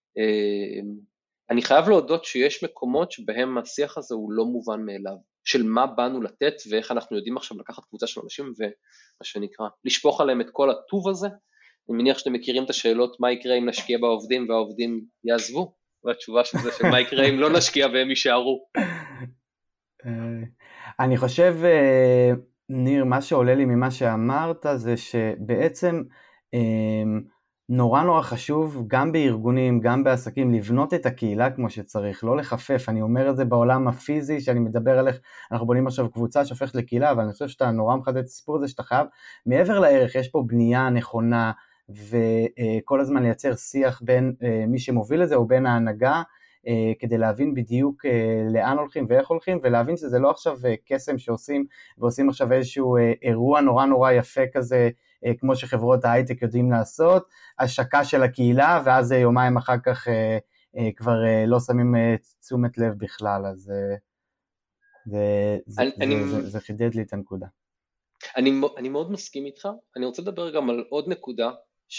אני חייב להודות שיש מקומות שבהם השיח הזה הוא לא מובן מאליו, של מה באנו לתת ואיך אנחנו יודעים עכשיו לקחת קבוצה של אנשים ומה שנקרא, לשפוך עליהם את כל הטוב הזה. אני מניח שאתם מכירים את השאלות מה יקרה אם נשקיע בעובדים והעובדים יעזבו, והתשובה של זה שמה יקרה אם לא נשקיע והם יישארו. אני חושב, ניר, מה שעולה לי ממה שאמרת זה שבעצם נורא חשוב גם בארגונים, גם בעסקים, לבנות את הקהילה כמו שצריך, לא לחפף. אני אומר את זה בעולם הפיזי, שאני מדבר על איך אנחנו בונים עכשיו קבוצה שהופכת לקהילה, אבל אני חושב שאתה נורא מחדד את הסיפור הזה, שאתה חייב, מעבר לערך, יש פה בנייה נכונה, וכל הזמן לייצר שיח בין מי שמוביל את זה, או בין ההנהגה, כדי להבין בדיוק לאן הולכים ואיך הולכים, ולהבין שזה לא עכשיו קסם שעושים, ועושים עכשיו איזשהו אירוע נורא יפה כזה, כמו שחברות ההייטק יודעים לעשות, השקה של הקהילה, ואז יומיים אחר כך כבר לא שמים תשומת לב בכלל, אז זה חידד לי את הנקודה. אני מאוד מסכים איתך, אני רוצה לדבר גם על עוד נקודה,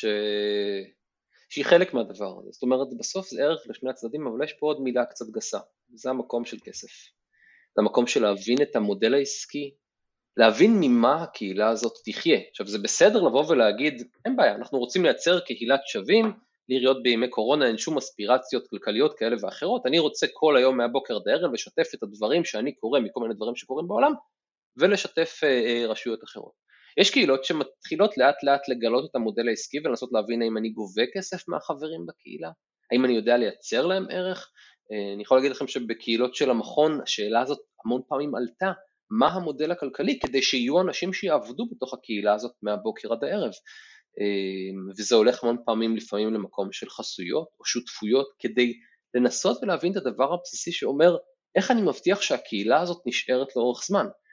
שהיא חלק מהדבר הזה, זאת אומרת בסוף זה ערך לשני הצדדים, אבל יש פה עוד מילה קצת גסה, זה המקום של כסף, זה המקום של להבין את המודל העסקי, להבין ממה הקהילה הזאת תחיה. עכשיו זה בסדר לבוא ולהגיד, אין בעיה, אנחנו רוצים לייצר קהילת שווים, להיות בימי קורונה, אין שום אספירציות כלכליות כאלה ואחרות, אני רוצה כל היום מהבוקר עד הערב לשתף את הדברים שאני קורא מכל מיני דברים שקורים בעולם, ולשתף רשויות אחרות. יש קהילות שמתחילות לאט לאט לגלות את המודל העסקי, ולנסות להבין האם אני גובה כסף מהחברים בקהילה, האם אני יודע לייצר להם ערך. אני יכול להגיד לכם שבקהילות של המכון, השאלה הזאת המון פעמים עלתה, מה המודל הכלכלי, כדי שיהיו אנשים שיעבדו בתוך הקהילה הזאת מהבוקר עד הערב, וזה הולך המון פעמים לפעמים למקום של חסויות או שותפויות, כדי לנסות ולהבין את הדבר הבסיסי שאומר, איך אני מבטיח שהקהילה הזאת נשארת לאורך זמן,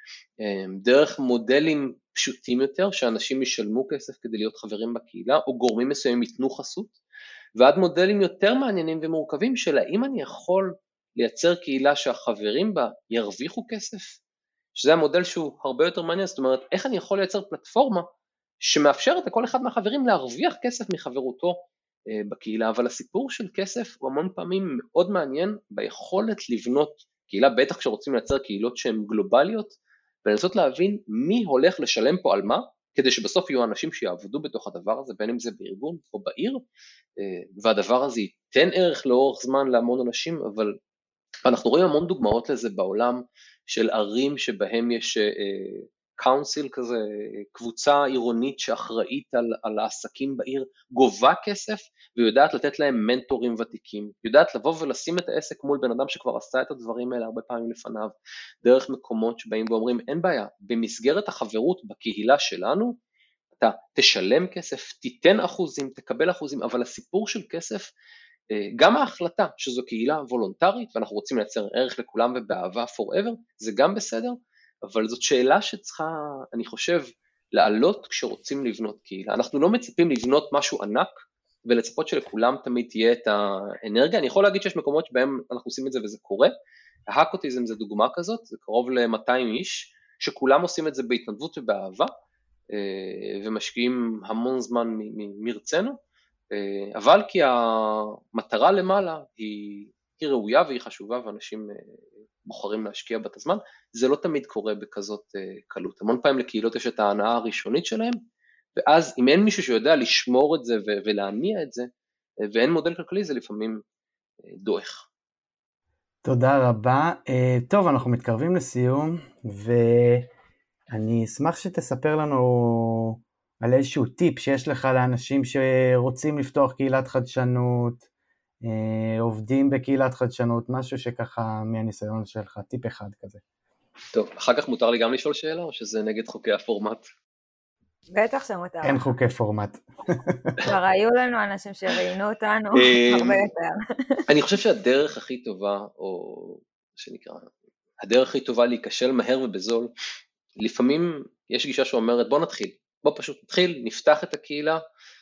דרך מודלים פשוטים יותר, שאנשים ישלמו כסף כדי להיות חברים בקהילה, או גורמים מסוימים ייתנו חסות, ועד מודלים יותר מעניינים ומורכבים של האם אני יכול לייצר קהילה שהחברים בה ירוויחו כסף, שזה המודל שהוא הרבה יותר מעניין, זאת אומרת, איך אני יכול לייצר פלטפורמה שמאפשרת לכל אחד מהחברים להרוויח כסף מחברותו בקהילה, אבל הסיפור של כסף הוא המון פעמים מאוד מעניין ביכולת לבנות קהילה, בטח כשרוצים לייצר קהילות שהן גלובליות, ולנסות להבין מי הולך לשלם פה על מה, כדי שבסוף יהיו אנשים שיעבדו בתוך הדבר הזה, בין אם זה בארגון או בעיר, והדבר הזה ייתן ערך לאורך זמן להמון אנשים, אבל אנחנו רואים המון דוגמאות לזה בעולם, של ערים שבהם יש קאונסל כזה, קבוצה עירונית שאחראית על העסקים בעיר, גובה כסף ויודעת לתת להם מנטורים ותיקים, יודעת לבוא ולשים את העסק מול בן אדם שכבר עשה את הדברים האלה הרבה פעמים לפניו, דרך מקומות שבאים ואומרים אין בעיה, במסגרת החברות בקהילה שלנו, אתה תשלם כסף, תיתן אחוזים, תקבל אחוזים, אבל הסיפור של כסף, גם ההחלטה שזו קהילה וולונטרית ואנחנו רוצים לייצר ערך לכולם ובאהבה forever, זה גם בסדר, אבל זאת שאלה שצריכה, אני חושב, לעלות כשרוצים לבנות קהילה. אנחנו לא מצפים לבנות משהו ענק ולצפות שלכולם תמיד תהיה את האנרגיה. אני יכול להגיד שיש מקומות שבהם אנחנו עושים את זה וזה קורה. ההאקוטיזם זה דוגמה כזאת, זה קרוב ל-200 איש, שכולם עושים את זה בהתנדבות ובאהבה, ומשקיעים המון זמן מרצנו, אבל כי המטרה למעלה היא ראויה והיא חשובה ואנשים בוחרים להשקיע בת הזמן, זה לא תמיד קורה בכזאת קלות. המון פעמים לקהילות יש את ההנאה הראשונית שלהם, ואז אם אין מישהו שיודע לשמור את זה ולהניע את זה, ואין מודל כלכלי, זה לפעמים דועך. תודה רבה. טוב, אנחנו מתקרבים לסיום, ואני אשמח שתספר לנו על איזשהו טיפ שיש לך לאנשים שרוצים לפתוח קהילת חדשנות, עובדים בקהילת חדשנות, משהו שככה מהניסיון שלך, טיפ אחד כזה. טוב, אחר כך מותר לי גם לשאול שאלה, או שזה נגד חוקי הפורמט? בטח שמותר. אין חוקי פורמט. כבר היו לנו אנשים שראיינו אותנו הרבה יותר. אני חושב שהדרך הכי טובה, או שנקרא, הדרך הכי טובה להיכשל מהר ובזול, לפעמים יש גישה שאומרת בוא נתחיל, בוא פשוט נתחיל, נפתח את הקהילה,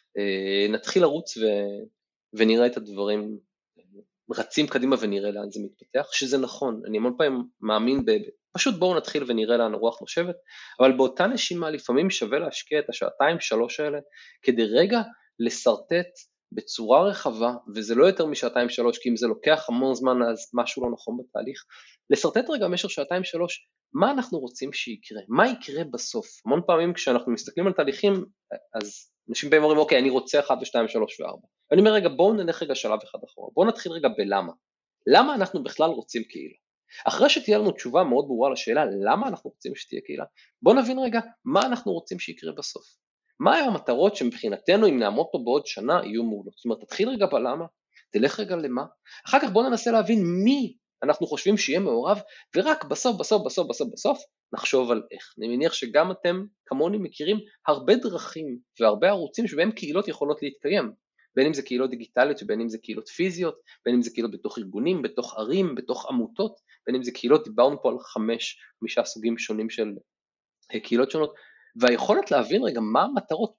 נתחיל לרוץ ונראה את הדברים, רצים קדימה ונראה לאן זה מתפתח, שזה נכון, אני המון פעמים מאמין פשוט בואו נתחיל ונראה לאן הרוח נושבת, אבל באותה נשימה לפעמים שווה להשקיע את השעתיים שלוש האלה, כדי רגע לסרטט בצורה רחבה, וזה לא יותר משעתיים שלוש, כי אם זה לוקח המון זמן אז משהו לא נכון בתהליך, לסרטט רגע במשך שעתיים שלוש, מה אנחנו רוצים שיקרה, מה יקרה בסוף. המון פעמים כשאנחנו מסתכלים על תהליכים, אז אנשים באים ואומרים אוקיי אני רוצה 1 ו-2 3 ו-4, ואני אומר רגע בואו נלך רגע שלב אחד אחורה, בואו נתחיל רגע בלמה, למה אנחנו בכלל רוצים קהילה. אחרי שתהיה לנו תשובה מאוד ברורה לשאלה למה אנחנו רוצים שתהיה קהילה, בואו נבין רגע מה אנחנו רוצים שיקרה בסוף. מה היו המטרות שמבחינתנו אם נעמוד פה בעוד שנה יהיו מעולות. זאת אומרת תתחיל רגע בלמה, תלך רגע למה, אחר כך בואו ננסה להבין מי אנחנו חושבים שיהיה מעורב, ורק בסוף נחשוב על איך. אני מניח שגם אתם כמוני מכירים הרבה דרכים והרבה ערוצים שבהם קהילות יכולות להתקיים, בין אם זה קהילות דיגיטליות ובין אם זה קהילות פיזיות, בין אם זה קהילות בתוך ארגונים, בתוך ערים, בתוך עמותות, בין אם זה קהילות, דיברנו פה על 5 סוגים שונים של קהילות שונות, והיכולת להבין רגע מה המטרות,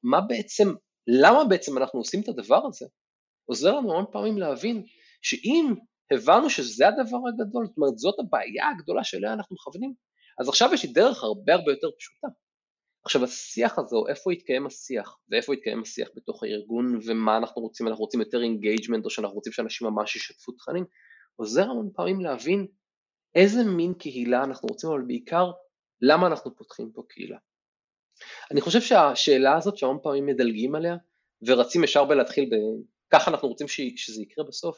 למה בעצם אנחנו עושים את הדבר הזה, עוזר לנו המון פעמים להבין שאם הבנו שזה הדבר הגדול, זאת אומרת זאת הבעיה הגדולה שאליה אנחנו מכוונים, אז עכשיו יש לי דרך הרבה יותר פשוטה. עכשיו השיח הזה, איפה יתקיים השיח, ואיפה יתקיים השיח בתוך הארגון, ומה אנחנו רוצים יותר אינגייג'מנט, או שאנחנו רוצים שאנשים ממש ישתפו תכנים, עוזר המון פעמים להבין איזה מין קהילה אנחנו רוצים, אבל בעיקר למה אנחנו פותחים פה קהילה. אני חושב שהשאלה הזאת שהמון פעמים מדלגים עליה, ורצים ישר בלהתחיל ככה אנחנו רוצים שזה יקרה בסוף,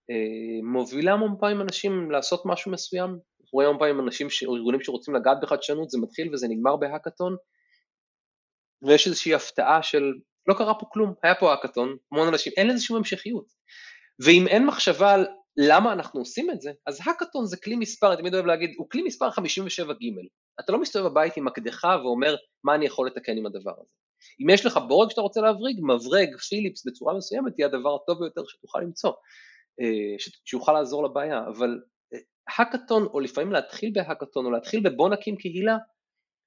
מובילה המון פעמים אנשים לעשות משהו מסוים. אנחנו רואים המון פעמים ארגונים שרוצים לגעת בחדשנות, זה מתחיל וזה נגמר בהאקתון, ויש איזושהי הפתעה של לא קרה פה כלום, היה פה האקתון, המון אנשים, אין איזושהי המשכיות, ואם אין מחשבה על למה אנחנו עושים את זה, אז האקתון זה כלי מספר, אני תמיד אוהב להגיד, הוא כלי מספר 57 ג', אתה לא מסתובב בבית עם מקדחה ואומר מה אני יכול לתקן עם הדבר הזה. אם יש לך בורג שאתה רוצה להבריג, מברג, פיליפס בצורה מסוימת, תהיה הדבר הטוב ביותר שתוכל למצוא, שיוכל לעזור לבעיה, אבל האקתון, או לפעמים להתחיל בהאקתון, או להתחיל בבוא נקים קהילה,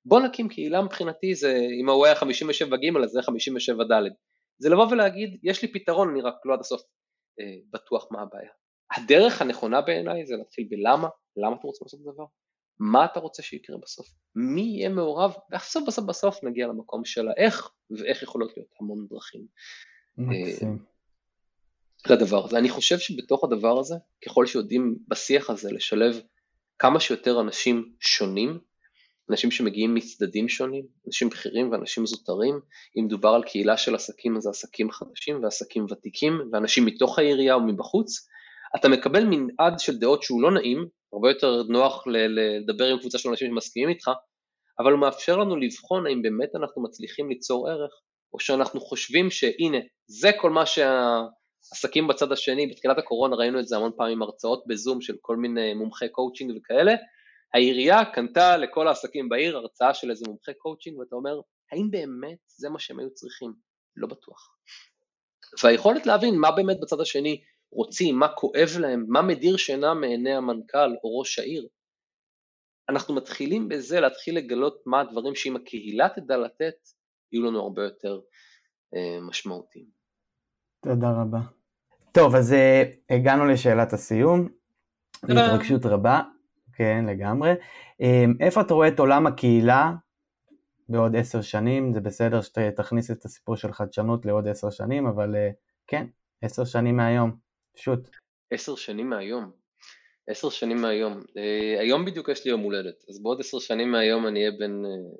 בוא נקים קהילה מבחינתי, זה, אם הוא היה 57 ג' אז זה 57 ד'. זה לבוא ולהגיד, יש לי פתרון, אני רק לא עד הסוף בטוח מה הבעיה. הדרך הנכונה בעיניי זה להתחיל בלמה, למה אתה רוצה לעשות את הדבר? מה אתה רוצה שיקרה בסוף? מי יהיה מעורב? בסוף נגיע למקום של האיך, ואיך יכולות להיות המון דרכים. מקסים. לדבר הזה. אני חושב שבתוך הדבר הזה, ככל שיודעים בשיח הזה לשלב כמה שיותר אנשים שונים, אנשים שמגיעים מצדדים שונים, אנשים בכירים ואנשים זוטרים, אם דובר על קהילה של עסקים, אז זה עסקים חדשים ועסקים ותיקים, ואנשים מתוך העירייה ומבחוץ, אתה מקבל מנעד של דעות שהוא לא נעים, הרבה יותר נוח לדבר עם קבוצה של אנשים שמסכימים איתך, אבל הוא מאפשר לנו לבחון האם באמת אנחנו מצליחים ליצור ערך, או שאנחנו חושבים שהנה, זה כל מה שהעסקים בצד השני, בתחילת הקורונה ראינו את זה המון פעמים הרצאות בזום של כל מיני מומחי קואוצ'ינג וכאלה, העירייה קנתה לכל העסקים בעיר הרצאה של איזה מומחה קואוצ'ינג, ואתה אומר, האם באמת זה מה שהם היו צריכים? לא בטוח. והיכולת להבין מה באמת בצד השני רוצים, מה כואב להם, מה מדיר שינה מעיני המנכ"ל או ראש העיר. אנחנו מתחילים בזה להתחיל לגלות מה הדברים שאם הקהילה תדע לתת, יהיו לנו הרבה יותר משמעותיים. תודה רבה. טוב, אז הגענו לשאלת הסיום, להתרגשות רבה, כן, לגמרי. איפה אתה רואה את עולם הקהילה בעוד 10 שנים? זה בסדר שתכניס את הסיפור של חדשנות לעוד 10 שנים, אבל כן, 10 שנים מהיום, פשוט. 10 שנים מהיום. 10 שנים מהיום. היום בדיוק יש לי יום הולדת, אז בעוד 10 שנים מהיום אני אהיה בן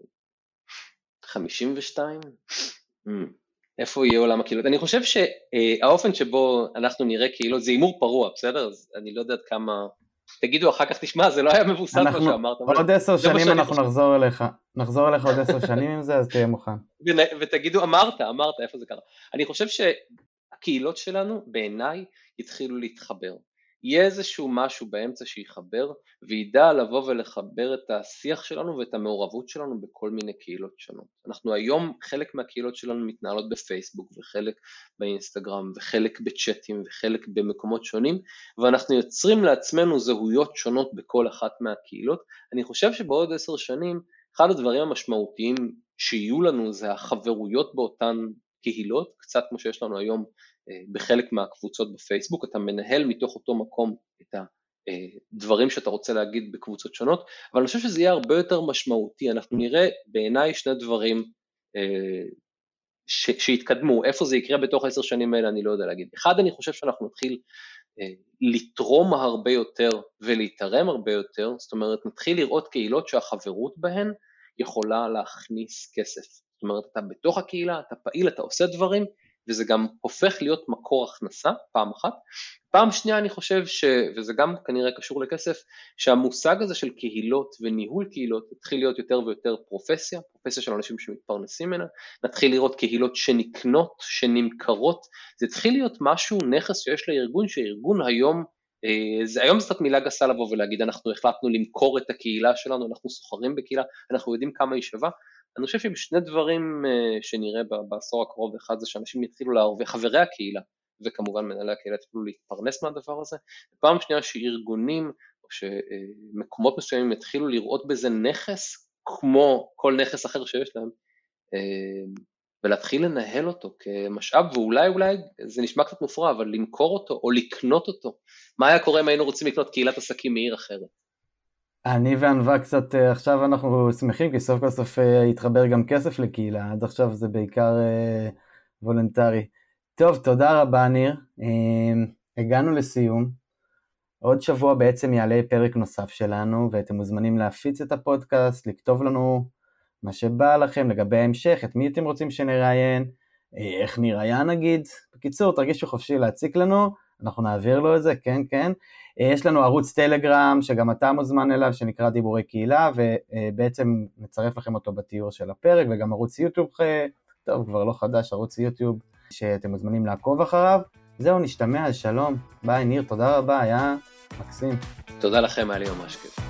52. איפה יהיה עולם הקהילות? אני חושב שהאופן שבו אנחנו נראה קהילות זה אימור פרוע, בסדר? אז אני לא יודעת כמה... תגידו אחר כך, תשמע, זה לא היה מבוסס מה שאמרת. עוד 10 שנים אנחנו נחזור אליך. נחזור אליך עוד 10 שנים עם זה, אז תהיה מוכן. ותגידו, אמרת, איפה זה קרה. אני חושב שהקהילות שלנו בעיניי יתחילו להתחבר. יהיה איזשהו משהו באמצע שיחבר, וידע לבוא ולחבר את השיח שלנו ואת המעורבות שלנו בכל מיני קהילות שונות. אנחנו היום, חלק מהקהילות שלנו מתנהלות בפייסבוק, וחלק באינסטגרם, וחלק בצ'אטים, וחלק במקומות שונים, ואנחנו יוצרים לעצמנו זהויות שונות בכל אחת מהקהילות. אני חושב שבעוד 10 שנים, אחד הדברים המשמעותיים שיהיו לנו זה החברויות באותן קהילות, קצת כמו שיש לנו היום בחלק מהקבוצות בפייסבוק, אתה מנהל מתוך אותו מקום את הדברים שאתה רוצה להגיד בקבוצות שונות, אבל אני חושב שזה יהיה הרבה יותר משמעותי, אנחנו נראה בעיניי שני דברים שהתקדמו, איפה זה יקרה בתוך 10 שנים האלה אני לא יודע להגיד. אחד, אני חושב שאנחנו נתחיל לתרום הרבה יותר ולהתערם הרבה יותר, זאת אומרת נתחיל לראות קהילות שהחברות בהן יכולה להכניס כסף, זאת אומרת אתה בתוך הקהילה, אתה פעיל, אתה עושה דברים, וזה גם הופך להיות מקור הכנסה, פעם אחת. פעם שנייה אני חושב, וזה גם כנראה קשור לכסף, שהמושג הזה של קהילות וניהול קהילות, התחיל להיות יותר ויותר פרופסיה של אנשים שמתפרנסים ממנה, נתחיל לראות קהילות שנקנות, שנמכרות, זה התחיל להיות משהו, נכס שיש לארגון, שהארגון היום זה קצת מילה גסה לבוא ולהגיד, אנחנו החלטנו למכור את הקהילה שלנו, אנחנו סוחרים בקהילה, אנחנו יודעים כמה היא שווה, אני חושב ששני דברים שנראה בעשור הקרוב, אחד זה שאנשים יתחילו להרוויח, חברי הקהילה, וכמובן מנהלי הקהילה יתחילו להתפרנס מהדבר הזה, ופעם שנייה שארגונים, או שמקומות מסוימים יתחילו לראות בזה נכס, כמו כל נכס אחר שיש להם, ולהתחיל לנהל אותו כמשאב, ואולי זה נשמע קצת מופרע, אבל למכור אותו או לקנות אותו. מה היה קורה אם היינו רוצים לקנות קהילת עסקים מעיר אחרת? אני וענווה קצת, עכשיו אנחנו שמחים, כי סוף כל סוף התחבר גם כסף לקהילה, עד עכשיו זה בעיקר וולנטרי. טוב, תודה רבה ניר, הגענו לסיום, עוד שבוע בעצם יעלה פרק נוסף שלנו, ואתם מוזמנים להפיץ את הפודקאסט, לכתוב לנו מה שבא לכם לגבי ההמשך, את מי אתם רוצים שנראיין, איך נראיין נגיד, בקיצור תרגישו חופשי להציק לנו, אנחנו נעביר לו את זה, כן, כן. יש לנו ערוץ טלגרם שגם אתה מוזמן אליו שנקרא דיבורי קהילה, ובעצם נצרף לכם אותו בתיאור של הפרק, וגם ערוץ יוטיוב, טוב כבר לא חדש, ערוץ יוטיוב שאתם מוזמנים לעקוב אחריו. זהו, נשתמע, שלום, ביי ניר, תודה רבה, היה מקסים. תודה לכם, היה לי ממש כיף.